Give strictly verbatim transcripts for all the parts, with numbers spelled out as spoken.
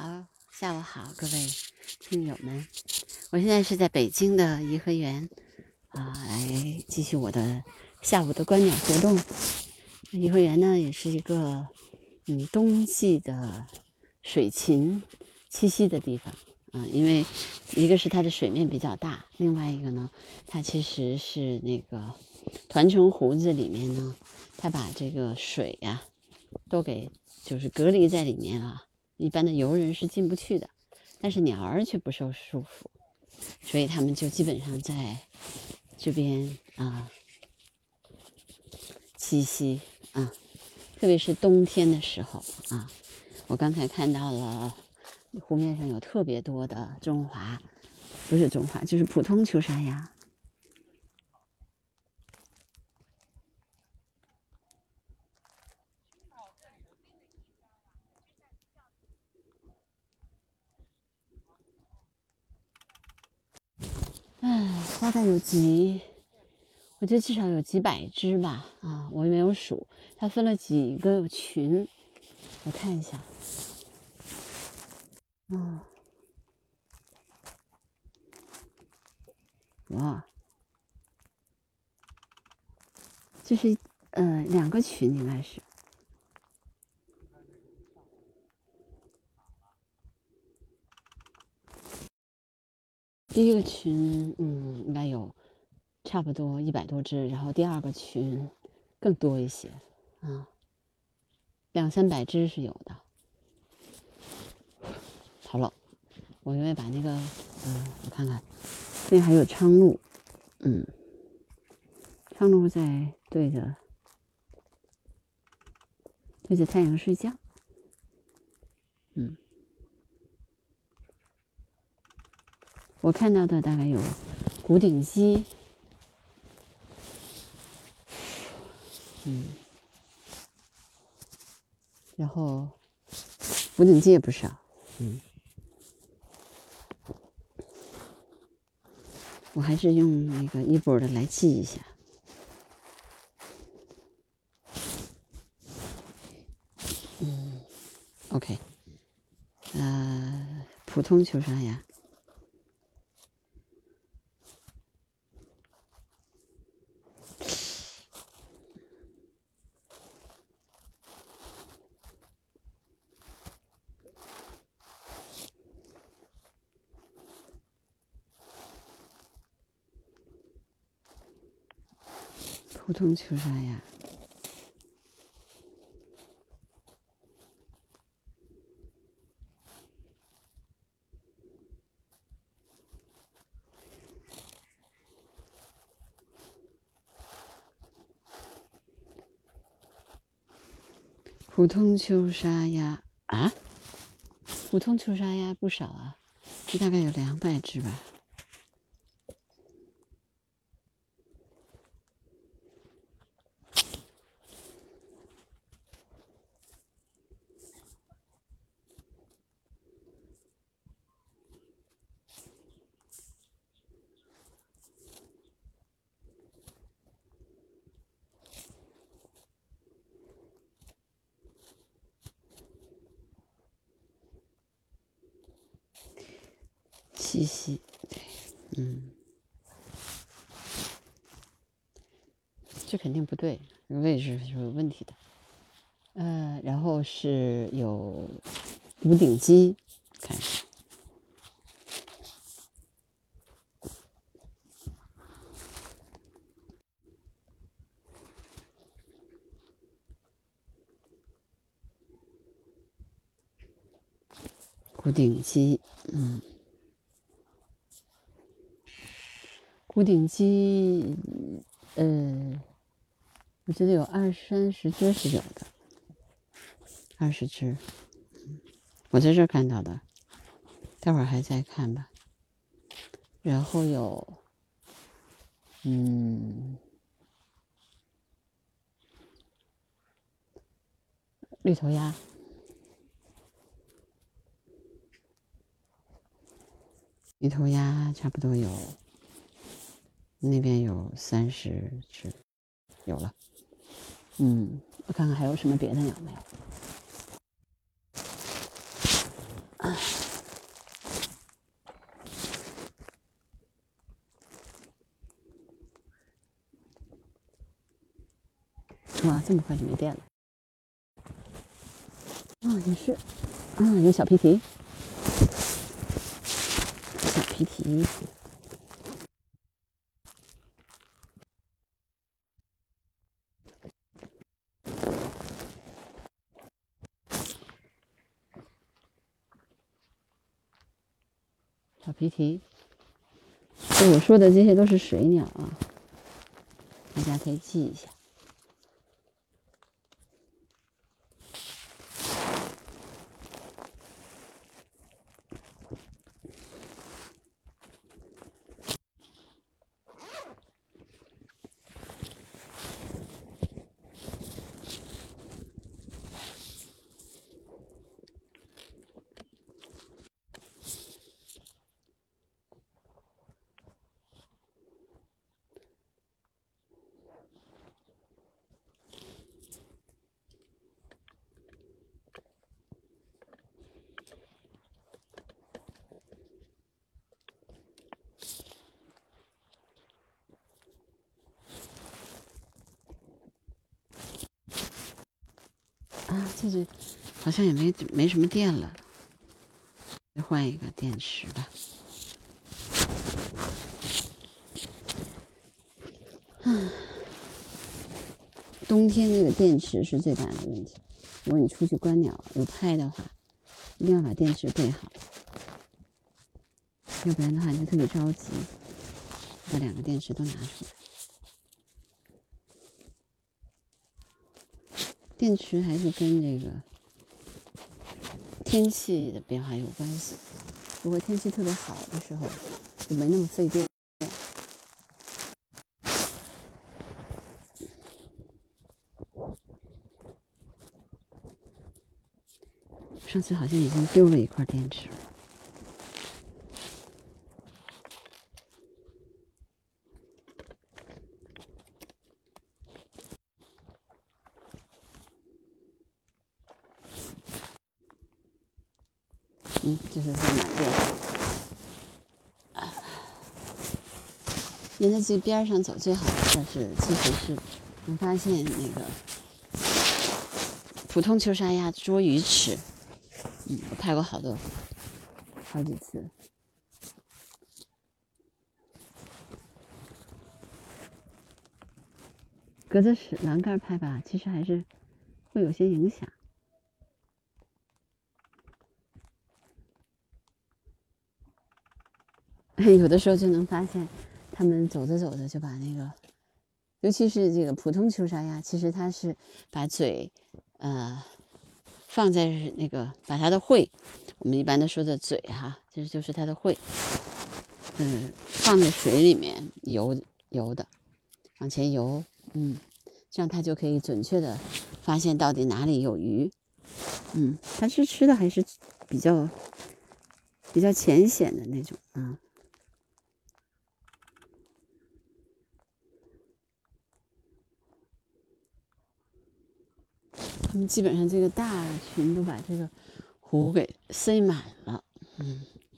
好，下午好，各位听友们，我现在是在北京的颐和园啊，来继续我的下午的观鸟活动。颐和园呢，也是一个嗯冬季的水禽栖息的地方啊，因为一个是它的水面比较大，另外一个呢，它其实是那个团城湖子里面呢，它把这个水呀、都给就是隔离在里面了。一般的游人是进不去的，但是鸟儿却不受束缚，所以他们就基本上在这边啊栖息啊，特别是冬天的时候啊，我刚才看到了湖面上有特别多的中华，不是中华，就是普通球沙鸭。唉，大概有几，我觉得至少有几百只吧。啊，我也没有数，它分了几个群，我看一下。哦，哇，就是呃两个群应该是。第一个群，嗯，应该有差不多一百多只，然后第二个群更多一些，啊，两三百只是有的。好了，我因为把那个，呃，我看看，这边还有苍鹭，嗯，苍鹭在对着对着太阳睡觉，嗯，我看到的大概有古顶鸡，嗯，然后古顶鸡也不少，嗯，我还是用那个一波的来记一下。嗯 ，OK， 呃，普通球沙鸭，普通球沙鸭。普通秋沙鸭啊，普通秋沙鸭不少啊，这大概有两百只吧。七夕，对，嗯，这肯定不对，位置是有问题的。呃，然后是有五顶鸡，看一下，古顶鸡，嗯，古顶鸡，呃，我觉得有二三十只是有的，二十只，我在这儿看到的，待会儿还再看吧。然后有，嗯，绿头鸭，绿头鸭差不多有，那边有三十只，有了。嗯，我看看还有什么别的鸟没有。啊， 哇，这么快就没电了。啊，也是，啊，有小皮提，小皮提。小皮提，就我说的这些都是水鸟啊，大家可以记一下。啊，这是好像也没没什么电了，再换一个电池吧。嗯，冬天这个电池是最大的问题。如果你出去观鸟有拍的话，一定要把电池备好，要不然的话你就特别着急，把两个电池都拿出来。电池还是跟这个天气的变化有关系。如果天气特别好的时候，就没那么费电。上次好像已经丢了一块电池了。嗯，这是在满电。啊，沿着这边上走最好的事是，其实是能发现那个普通球沙鸭捉鱼池。嗯，我拍过好多，好几次。隔着栏杆拍吧，其实还是会有些影响。有的时候就能发现，他们走着走着就把那个，尤其是这个普通球沙鸭，其实它是把嘴，呃，放在那个把它的喙，我们一般的说的嘴哈，其实就是它的喙，嗯、呃，放在水里面游游的，往前游，嗯，这样它就可以准确的发现到底哪里有鱼，嗯，它是吃的还是比较比较浅显的那种啊。他们基本上这个大群都把这个湖给塞满了，嗯，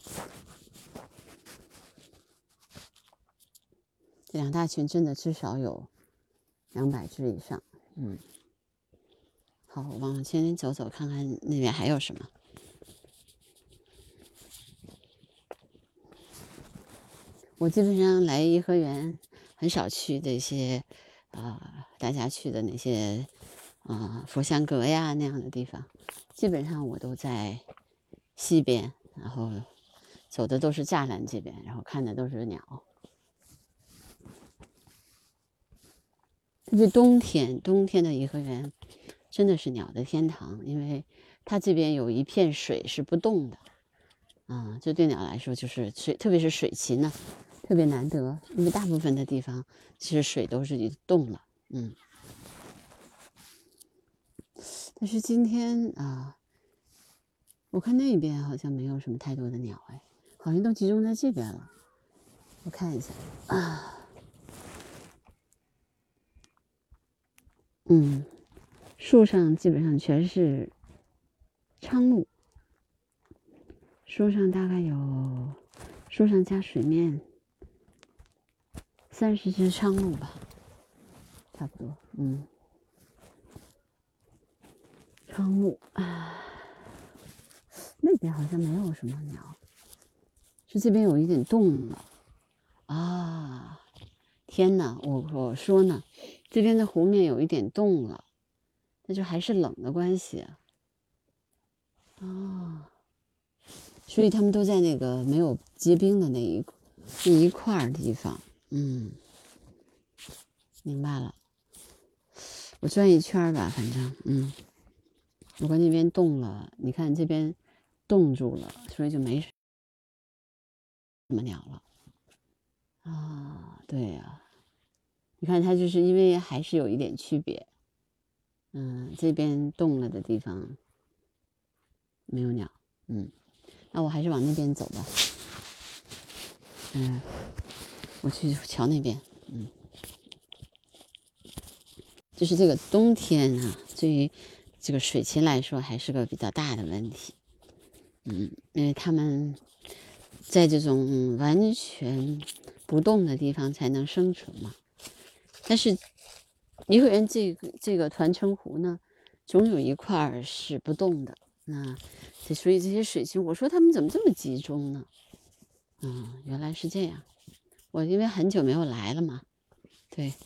这两大群真的至少有两百只以上，嗯。好，往前走走，看看那边还有什么。我基本上来颐和园很少去这些，啊、呃，大家去的那些，啊、呃，佛香阁呀那样的地方，基本上我都在西边，然后走的都是栅栏这边，然后看的都是鸟。特别冬天，冬天的颐和园真的是鸟的天堂，因为它这边有一片水是不动的，啊、嗯，这对鸟来说就是水，特别是水禽呢，特别难得，因为大部分的地方其实水都是动了，嗯。但是今天啊，我看那边好像没有什么太多的鸟，哎，好像都集中在这边了。我看一下啊，嗯，树上基本上全是苍鹭，树上大概有，树上加水面三十只苍鹭吧，差不多，嗯。 窗户啊，那边好像没有什么鸟，是这边有一点动了啊！天哪，我我说呢，这边的湖面有一点动了，那就还是冷的关系啊。哦，所以他们都在那个没有结冰的那一那一块地方。嗯，明白了。我转一圈吧，反正嗯，如果那边冻了，你看这边冻住了，所以就没什么鸟了。啊，对呀、啊，你看它就是因为还是有一点区别。嗯，这边冻了的地方没有鸟。嗯，那我还是往那边走吧。嗯，我去桥那边。嗯。就是这个冬天啊，对于这个水禽来说还是个比较大的问题。嗯，因为他们在这种完全不动的地方才能生存嘛。但是颐和园这个这个团城湖呢，总有一块是不动的。那这所以这些水禽，我说他们怎么这么集中呢？嗯，原来是这样。我因为很久没有来了嘛，对。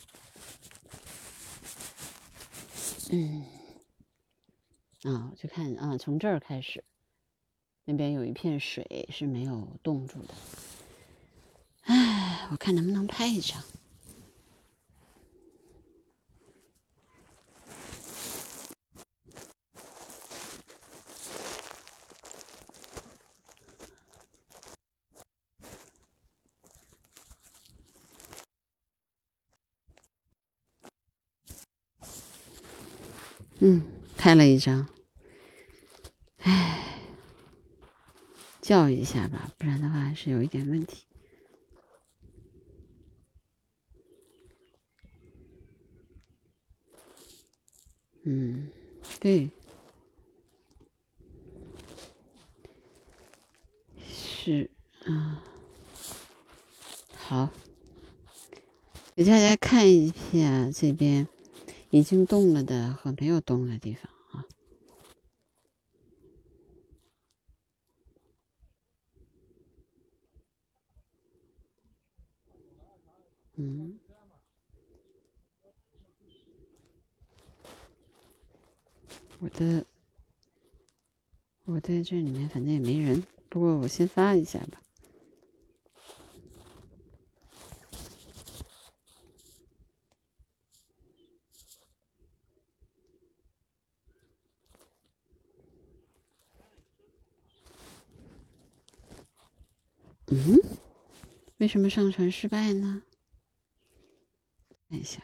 嗯，啊，我就看啊，从这儿开始，那边有一片水是没有冻住的。哎，我看能不能拍一张。嗯，拍了一张。哎，叫一下吧，不然的话还是有一点问题。嗯，对，是啊，好，给大家看一下这边已经动了的和没有动的地方啊。嗯，我的我在这里面反正也没人，不过我先发一下吧。嗯，为什么上传失败呢？看一下。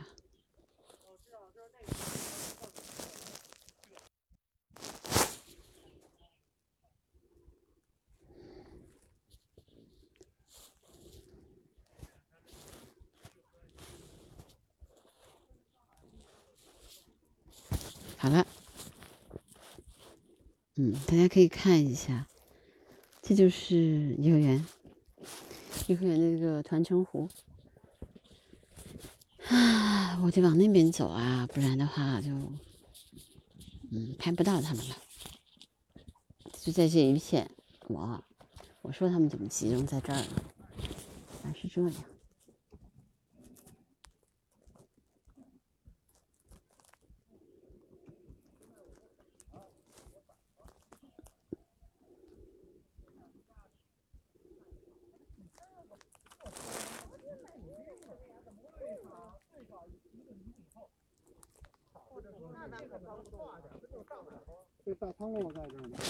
好了，嗯，大家可以看一下，这就是颐和园，颐和园的这个团城湖。啊，我得往那边走啊，不然的话就，嗯，拍不到他们了。就在这一片，我我说他们怎么集中在这儿呢？原来是这样。 这大仓库在这儿呢。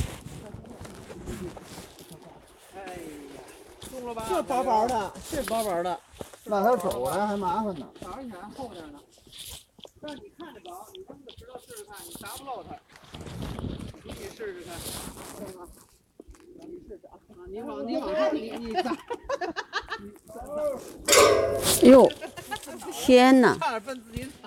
哎呀，中了吧？这薄薄的，是薄薄的，拉它走来还麻烦呢。早上起来厚点呢。但你看着薄，你扔个石头试试看，你砸不漏它。你得试试看，是吗？你试试啊！你往你往上，你你砸。 哎呦，天哪！ 差点奔自己。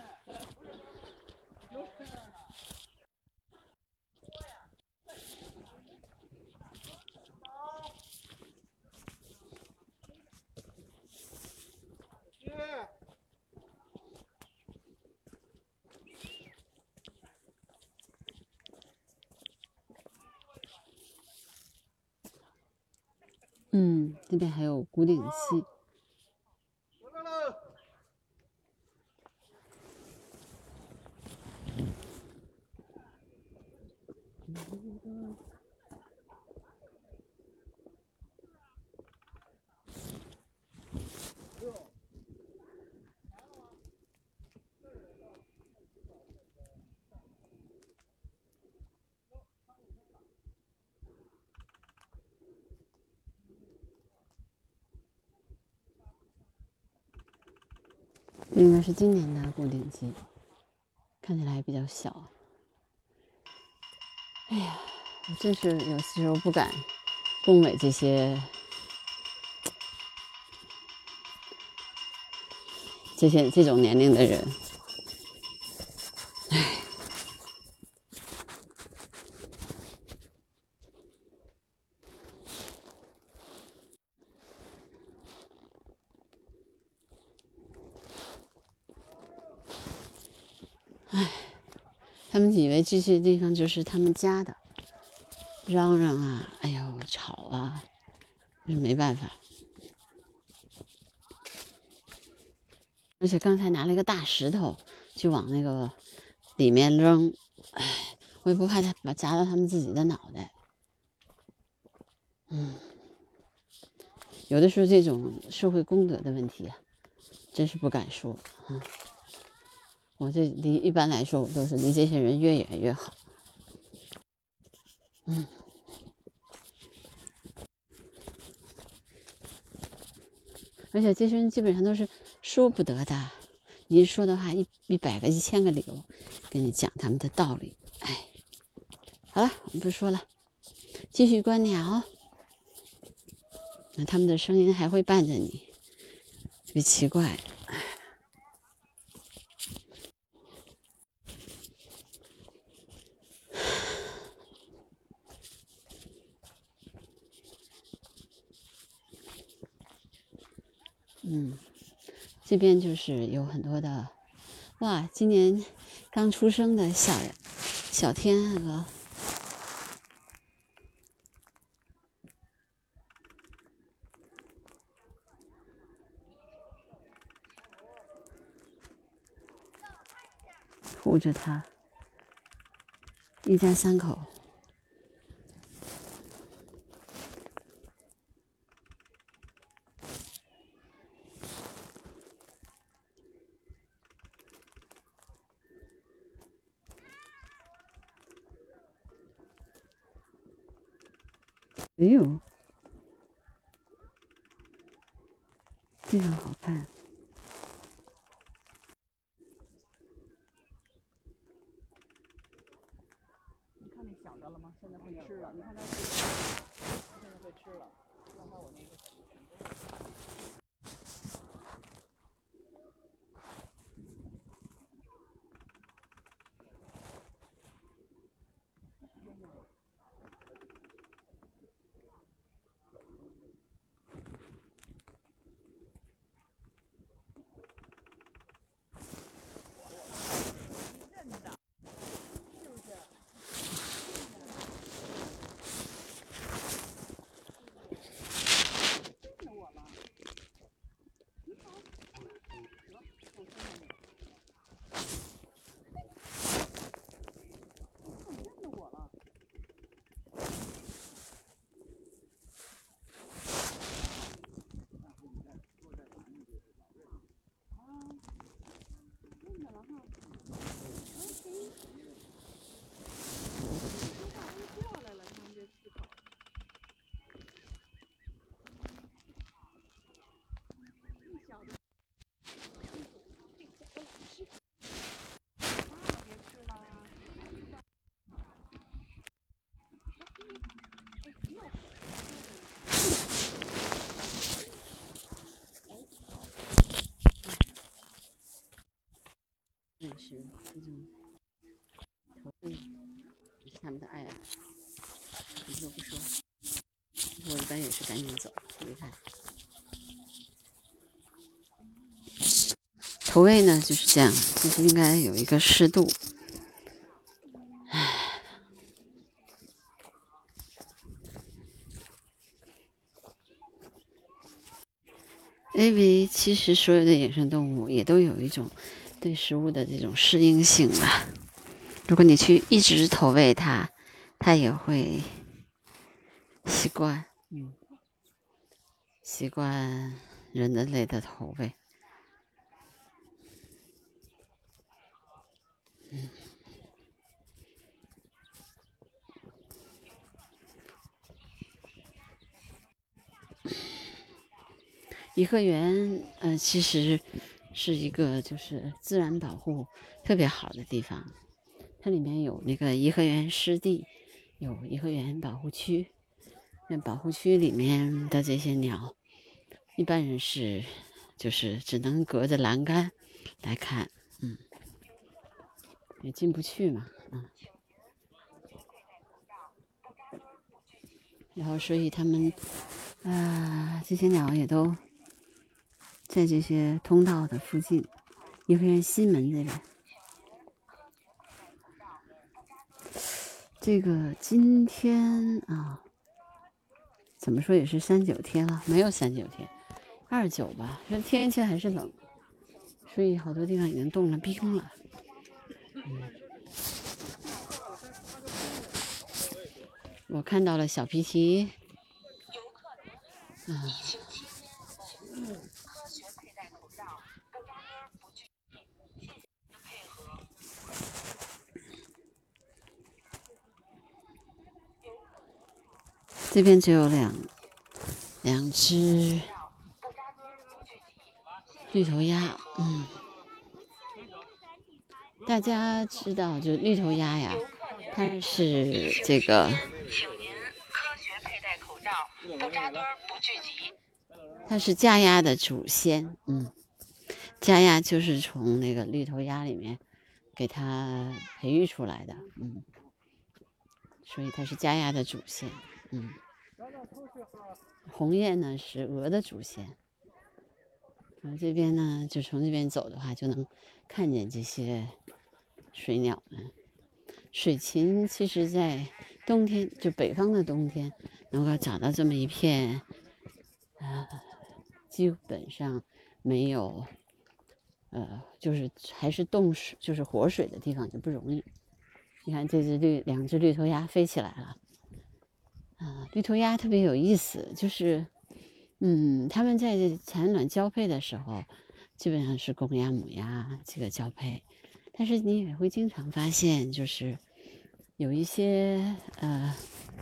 嗯，这边还有古岭溪。这应该是今年的古岭溪，看起来还比较小。哎呀，我真是有时候不敢恭维这些这些这种年龄的人。唉。唉，他们以为这些地方就是他们家的，嚷嚷啊，哎呦吵啊，没办法。而且刚才拿了一个大石头就往那个里面扔，唉，我也不怕他把砸到他们自己的脑袋。嗯，有的时候这种社会公德的问题啊，真是不敢说。嗯。我这离一般来说，我都是离这些人越远越好。嗯，而且这些人基本上都是说不得的，你说的话一一百个、一千个理由跟你讲他们的道理。哎，好了，我们不说了，继续观鸟。那他们的声音还会伴着你，特别奇怪。嗯，这边就是有很多的，哇，今年刚出生的小小天鹅。护着它，一家三口。哎呦，非常好看。 你看那小的了吗？现在会吃了。你看它现在会吃了。刚才我那个。 也是这种头盔，也是他们的爱啊，什么都不说。我一般也是赶紧走，离开。投喂呢就是这样，就是应该有一个适度。唉。 因为其实所有的野生动物也都有一种对食物的这种适应性吧。如果你去一直投喂它，它也会习惯，嗯，习惯人的类的投喂。嗯，颐和园，呃，其实是一个就是自然保护特别好的地方。它里面有那个颐和园湿地，有颐和园保护区。那保护区里面的这些鸟，一般人是就是只能隔着栏杆来看，嗯，也进不去嘛，嗯。然后，所以他们啊，这些鸟也都在这些通道的附近，颐和园西门这边。这个今天啊，怎么说也是三九天了，没有三九天，二九吧。这天气还是冷，所以好多地方已经冻了冰了。嗯，我看到了小皮皮。啊。这边只有两两只绿头鸭，嗯，大家知道，就绿头鸭呀，它是这个，它是家鸭的祖先，嗯，家鸭就是从那个绿头鸭里面给它培育出来的，嗯，所以它是家鸭的祖先，嗯。红雁呢是鹅的祖先。然后这边呢，就从这边走的话，就能看见这些水鸟们。水禽其实在冬天，就北方的冬天，能够找到这么一片，呃，基本上没有，呃，就是还是冻水，就是活水的地方就不容易。你看这只绿，两只绿头鸭飞起来了。啊，绿头鸭特别有意思，就是，嗯，它们在产卵交配的时候，基本上是公鸭母鸭这个交配，但是你也会经常发现，就是有一些呃，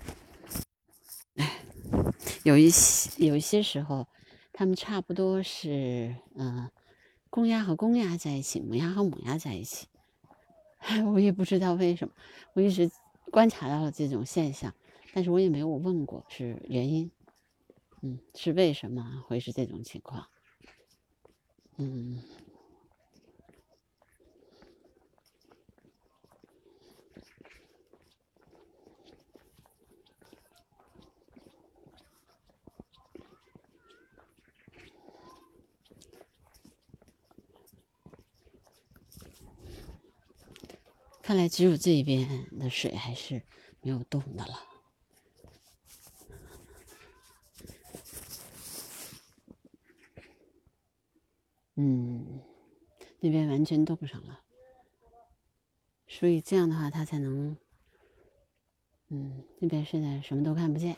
哎，有一些有一些时候，它们差不多是呃，公鸭和公鸭在一起，母鸭和母鸭在一起。我也不知道为什么，我一直观察到了这种现象。但是我也没有问过是原因，嗯，是为什么会是这种情况，嗯，看来只有这边的水还是没有冻的了，嗯，那边完全冻上了，所以这样的话它才能，嗯，那边现在什么都看不见，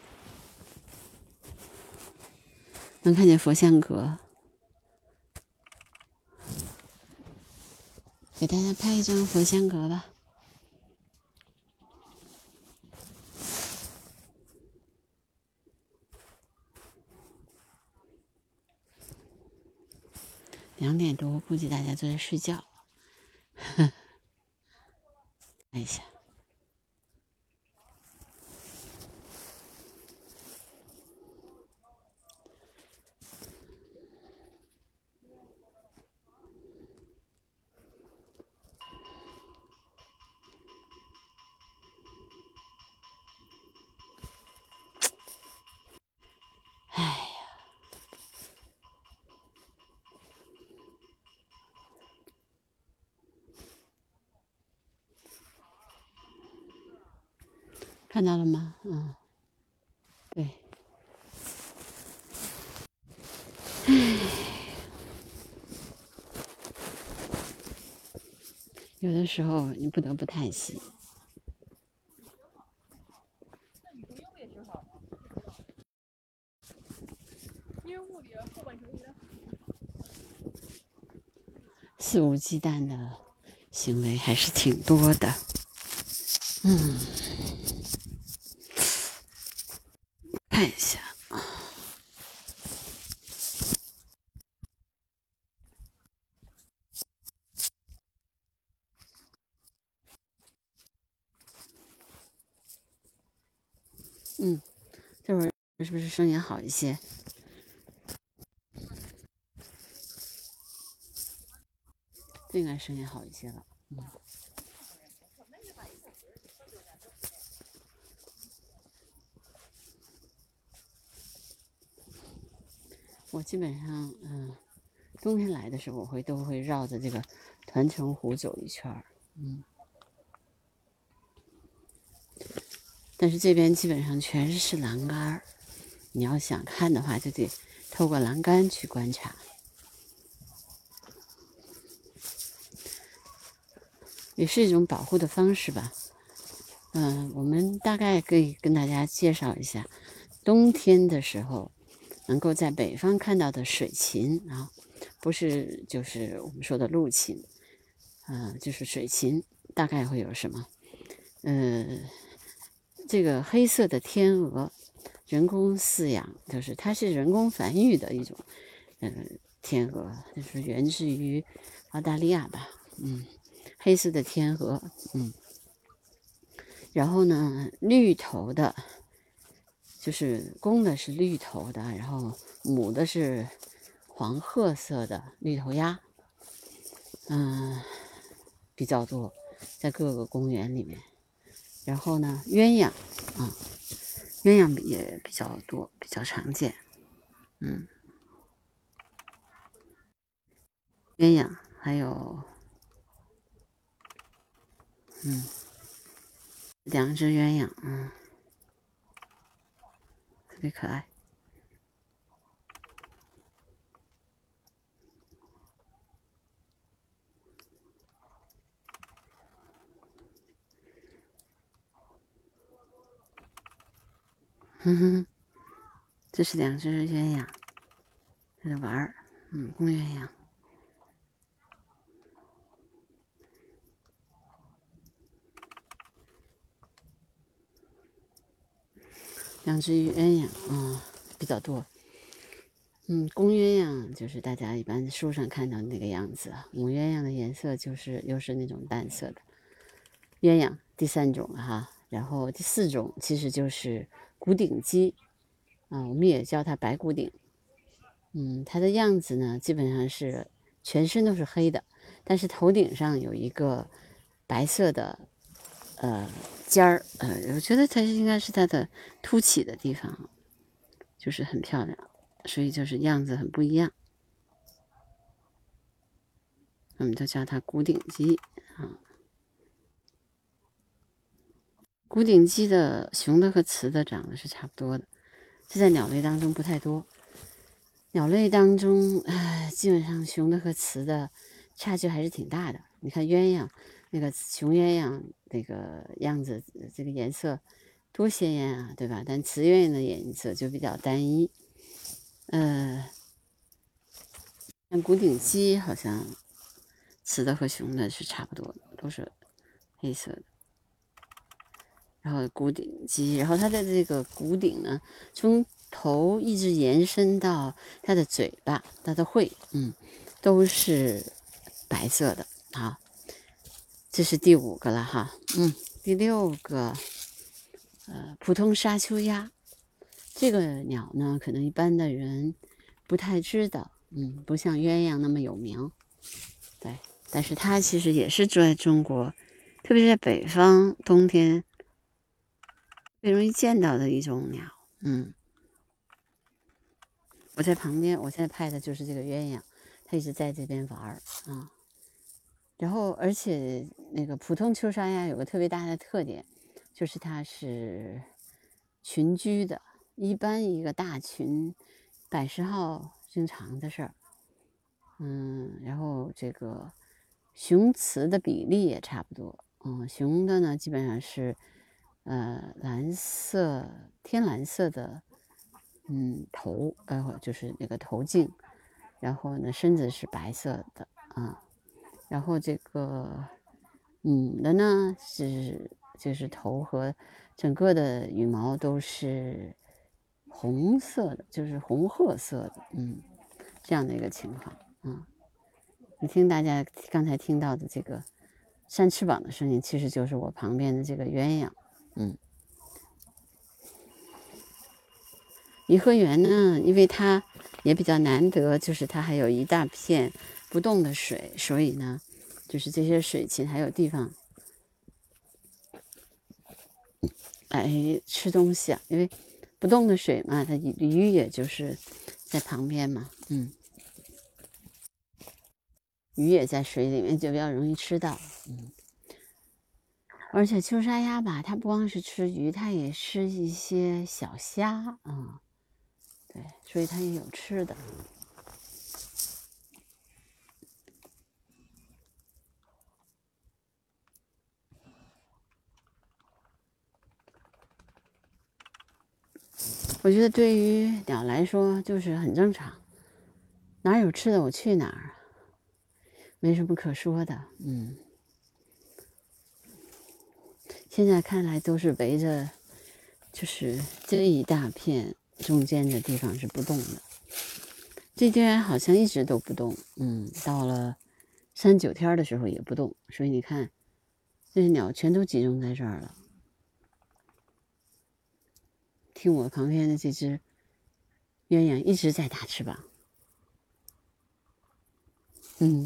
能看见佛香阁，给大家拍一张佛香阁吧。两点多，估计大家都在睡觉。看一下，哎呀，看到了吗？嗯，对。唉。 有的时候你不得不叹息。肆无忌惮的行为还是挺多的。嗯，看一下。嗯，这会儿是不是声音好一些？这应该声音好一些了。嗯，我基本上，嗯，冬天来的时候，我会都会绕着这个团城湖走一圈儿。嗯，但是这边基本上全是栏杆儿，你要想看的话，就得透过栏杆去观察。也是一种保护的方式吧。嗯，我们大概可以跟大家介绍一下，冬天的时候能够在北方看到的水禽啊，不是就是我们说的陆禽，啊，就是水禽，大概会有什么？呃，这个黑色的天鹅，人工饲养，就是它是人工繁育的一种，呃，天鹅，就是源自于澳大利亚吧，嗯。黑色的天鹅，嗯，然后呢，绿头的，就是公的是绿头的，然后母的是黄褐色的绿头鸭，嗯，比较多，在各个公园里面。然后呢，鸳鸯，啊，鸳鸯也比较多，比较常见，嗯，鸳鸯还有，嗯，两只鸳鸯，嗯，特别可爱。哼哼，这是两只鸳鸯在这玩儿，嗯，公鸳鸯。两只鸳鸯，嗯，比较多。嗯，公鸳鸯就是大家一般书上看到的那个样子，母鸳鸯的颜色就是又是那种淡色的。鸳鸯第三种了哈，然后第四种其实就是古顶鸡，啊，我们也叫它白骨顶。嗯，它的样子呢，基本上是全身都是黑的，但是头顶上有一个白色的呃尖儿，呃，我觉得它应该是它的凸起的地方，就是很漂亮，所以就是样子很不一样。我们都叫它古顶鸡啊。古顶鸡的雄的和雌的长得是差不多的，这在鸟类当中不太多。鸟类当中，唉，基本上雄的和雌的差距还是挺大的。你看鸳鸯，那个雄鸳鸯那个样子，这个颜色多鲜艳啊，对吧？但雌鸳鸯的颜色就比较单一。呃，像古顶鸡好像雌的和雄的是差不多的，都是黑色的。然后骨顶鸡，然后它的这个骨顶呢，从头一直延伸到它的嘴巴、它的喙，嗯，都是白色的。好，这是第五个了哈，嗯，第六个，呃，普通沙丘鸭，这个鸟呢，可能一般的人不太知道，嗯，不像鸳鸯那么有名，对，但是它其实也是在中国，特别是在北方冬天。最容易见到的一种鸟，嗯，我在旁边，我现在拍的就是这个鸳鸯，它一直在这边玩儿啊。然后，而且那个普通秋沙鸭有个特别大的特点，就是它是群居的，一般一个大群百十号经常的事儿，嗯，然后这个雄雌的比例也差不多。嗯，雄的呢基本上是呃蓝色天蓝色的，嗯头呃就是那个头颈，然后呢身子是白色的啊，然后这个母的呢是就是头和整个的羽毛都是红色的，就是红褐色的，嗯，这样的一个情况啊。你听大家刚才听到的这个扇翅膀的声音，其实就是我旁边的这个鸳鸯。嗯，颐和园呢，因为它也比较难得，就是它还有一大片不动的水，所以呢，就是这些水禽还有地方来吃东西啊。因为不动的水嘛，它鱼也就是在旁边嘛，嗯。鱼也在水里面，就比较容易吃到。嗯，而且秋沙鸭吧，它不光是吃鱼，它也吃一些小虾啊、嗯。对，所以它也有吃的。我觉得对于鸟来说就是很正常，哪有吃的我去哪儿，没什么可说的。嗯。现在看来都是围着，就是这一大片中间的地方是不动的，这边好像一直都不动。嗯，到了三九天的时候也不动，所以你看，这些鸟全都集中在这儿了。听我旁边的这只鸳鸯一直在打翅膀。嗯。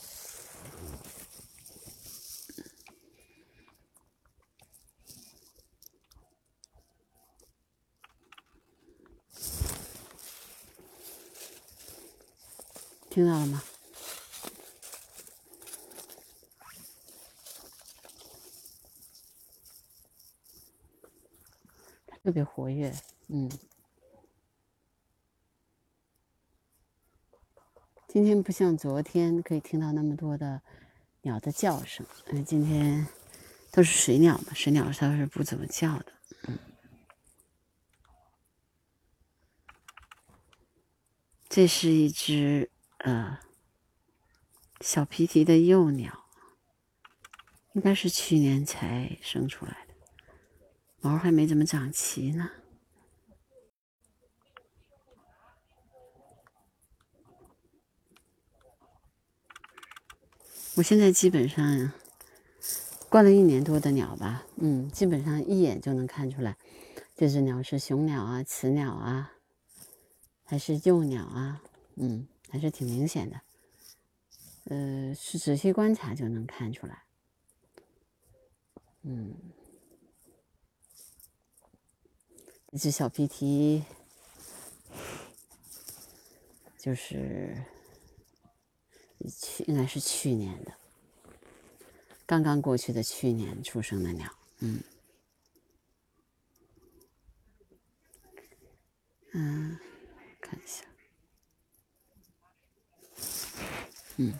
听到了吗？特别活跃，嗯。今天不像昨天可以听到那么多的鸟的叫声，因为今天都是水鸟嘛，水鸟它是不怎么叫的，嗯。这是一只呃小皮蹄的幼鸟，应该是去年才生出来的，毛还没怎么长齐呢。我现在基本上观了一年多的鸟吧，嗯，基本上一眼就能看出来，这只鸟是雄鸟啊、雌鸟啊，还是幼鸟啊，嗯，还是挺明显的。呃，是仔细观察就能看出来。嗯，一只小皮蹄，就是去应该是去年的，刚刚过去的去年出生的鸟。嗯，嗯，看一下，嗯，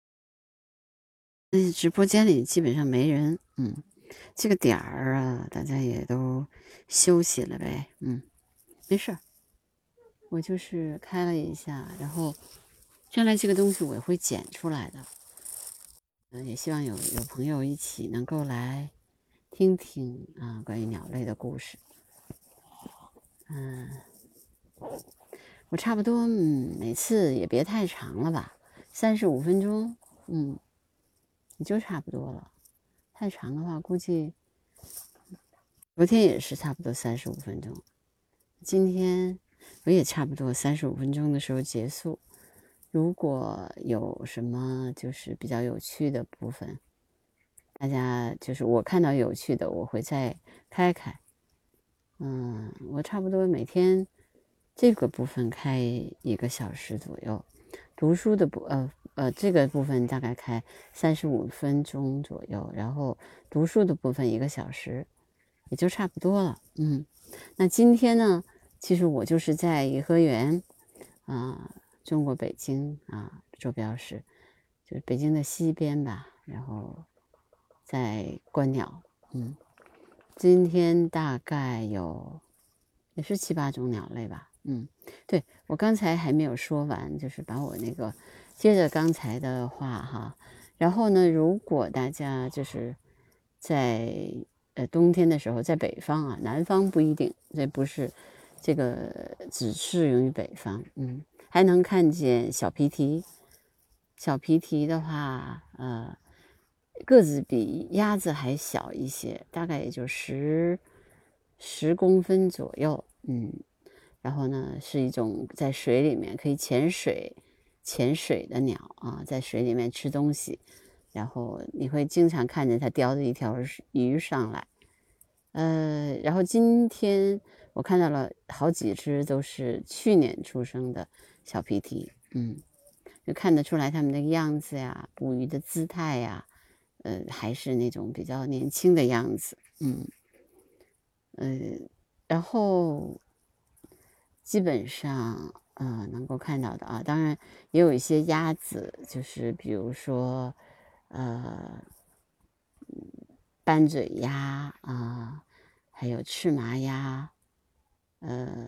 那直播间里基本上没人，嗯。这个点儿啊，大家也都休息了呗，嗯，没事儿，我就是开了一下，然后将来这个东西我也会剪出来的，嗯，也希望有有朋友一起能够来听听啊关于鸟类的故事，嗯，我差不多嗯每次也别太长了吧，三十五分钟，嗯，也就差不多了，太长的话估计。昨天也是差不多三十五分钟，今天我也差不多三十五分钟的时候结束。如果有什么就是比较有趣的部分，大家就是我看到有趣的，我会再开开。嗯，我差不多每天这个部分开一个小时左右，读书的部呃呃这个部分大概开三十五分钟左右，然后读书的部分一个小时。也就差不多了，嗯，那今天呢，其实我就是在颐和园，啊、呃，中国北京啊，坐标是就是北京的西边吧， 然后在观鸟。嗯，今天大概有也是七八种鸟类吧。嗯，对，我刚才还没有说完，就是把我那个接着刚才的话哈，然后呢，如果大家就是在呃冬天的时候，在北方啊，南方不一定，这不是这个只适用于北方。嗯，还能看见小皮蹄，小皮蹄的话，呃，个子比鸭子还小一些，大概也就十十公分左右。嗯。然后呢，是一种在水里面可以潜水、潜水的鸟啊，在水里面吃东西，然后你会经常看见它叼着一条鱼上来。呃，然后今天我看到了好几只都是去年出生的小皮蹄。嗯，就看得出来它们的样子呀，捕鱼的姿态呀，呃，还是那种比较年轻的样子。嗯，呃，然后。基本上，呃，能够看到的啊，当然也有一些鸭子，就是比如说，呃，斑嘴鸭啊、呃，还有赤麻鸭，呃，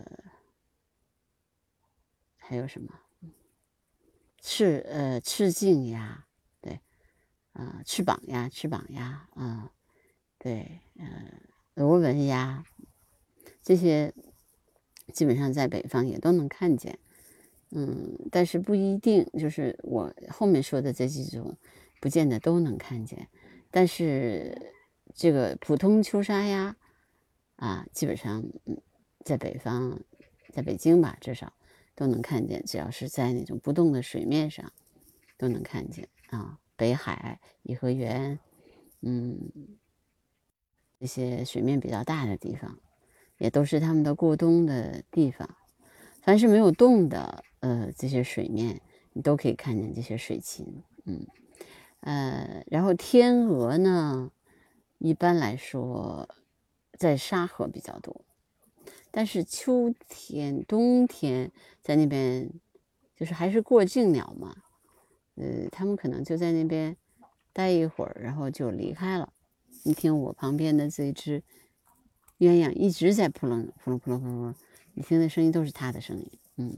还有什么赤呃赤颈鸭，对，啊、呃，翅膀鸭，翅膀鸭啊、呃，对，呃，螺纹鸭，这些基本上在北方也都能看见。嗯，但是不一定，就是我后面说的这几种，不见得都能看见。但是这个普通秋沙鸭啊，基本上嗯，在北方，在北京吧，至少都能看见，只要是在那种不动的水面上，都能看见啊。北海、颐和园，嗯，这些水面比较大的地方，也都是他们的过冬的地方。凡是没有动的，呃，这些水面你都可以看见这些水禽。嗯，呃，然后天鹅呢，一般来说在沙河比较多，但是秋天、冬天在那边就是还是过境鸟嘛，呃，他们可能就在那边待一会儿，然后就离开了。你听我旁边的这只鸳鸯一直在扑棱扑棱扑棱扑棱，你听的声音都是它的声音。嗯。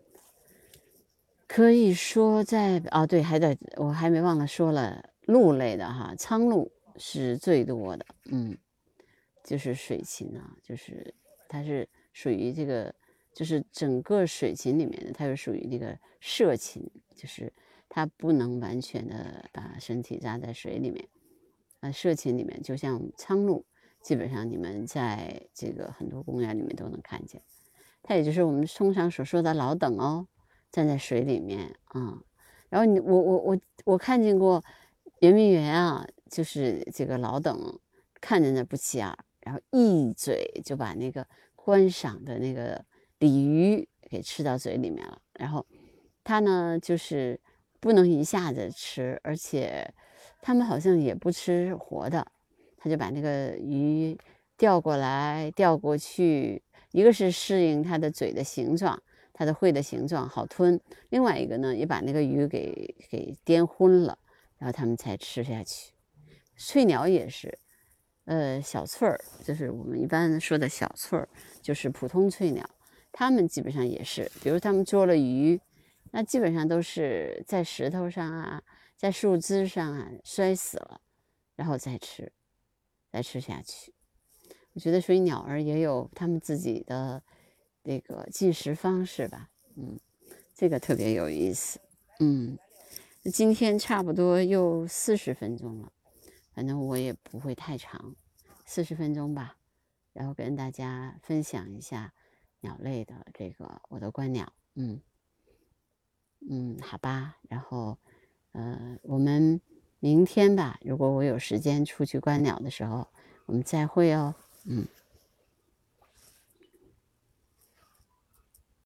可以说在哦，对，还得我还没忘了说了，鹿类的哈，苍鹭是最多的。嗯，就是水禽啊，就是它是属于这个，就是整个水禽里面的，它是属于那个涉禽，就是它不能完全的把身体扎在水里面。啊，涉禽里面就像苍鹭，基本上你们在这个很多公园里面都能看见。它也就是我们通常所说的老等哦。站在水里面啊、嗯，然后你我我我我看见过圆明园啊，就是这个老等看着那不起眼，然后一嘴就把那个观赏的那个鲤鱼给吃到嘴里面了。然后它呢就是不能一下子吃，而且他们好像也不吃活的，他就把那个鱼调过来调过去，一个是适应它的嘴的形状。它的喙的形状好吞，另外一个呢，也把那个鱼给给颠昏了，然后他们才吃下去。翠鸟也是，呃，小翠儿就是我们一般说的小翠儿，就是普通翠鸟，它们基本上也是，比如他们捉了鱼，那基本上都是在石头上啊，在树枝上啊摔死了，然后再吃，再吃下去。我觉得所以鸟儿也有他们自己的这个进食方式吧。嗯，这个特别有意思。嗯，今天差不多又四十分钟了，反正我也不会太长，四十分钟吧，然后跟大家分享一下鸟类的这个我的观鸟。嗯嗯，好吧，然后呃，我们明天吧，如果我有时间出去观鸟的时候，我们再会哦。嗯。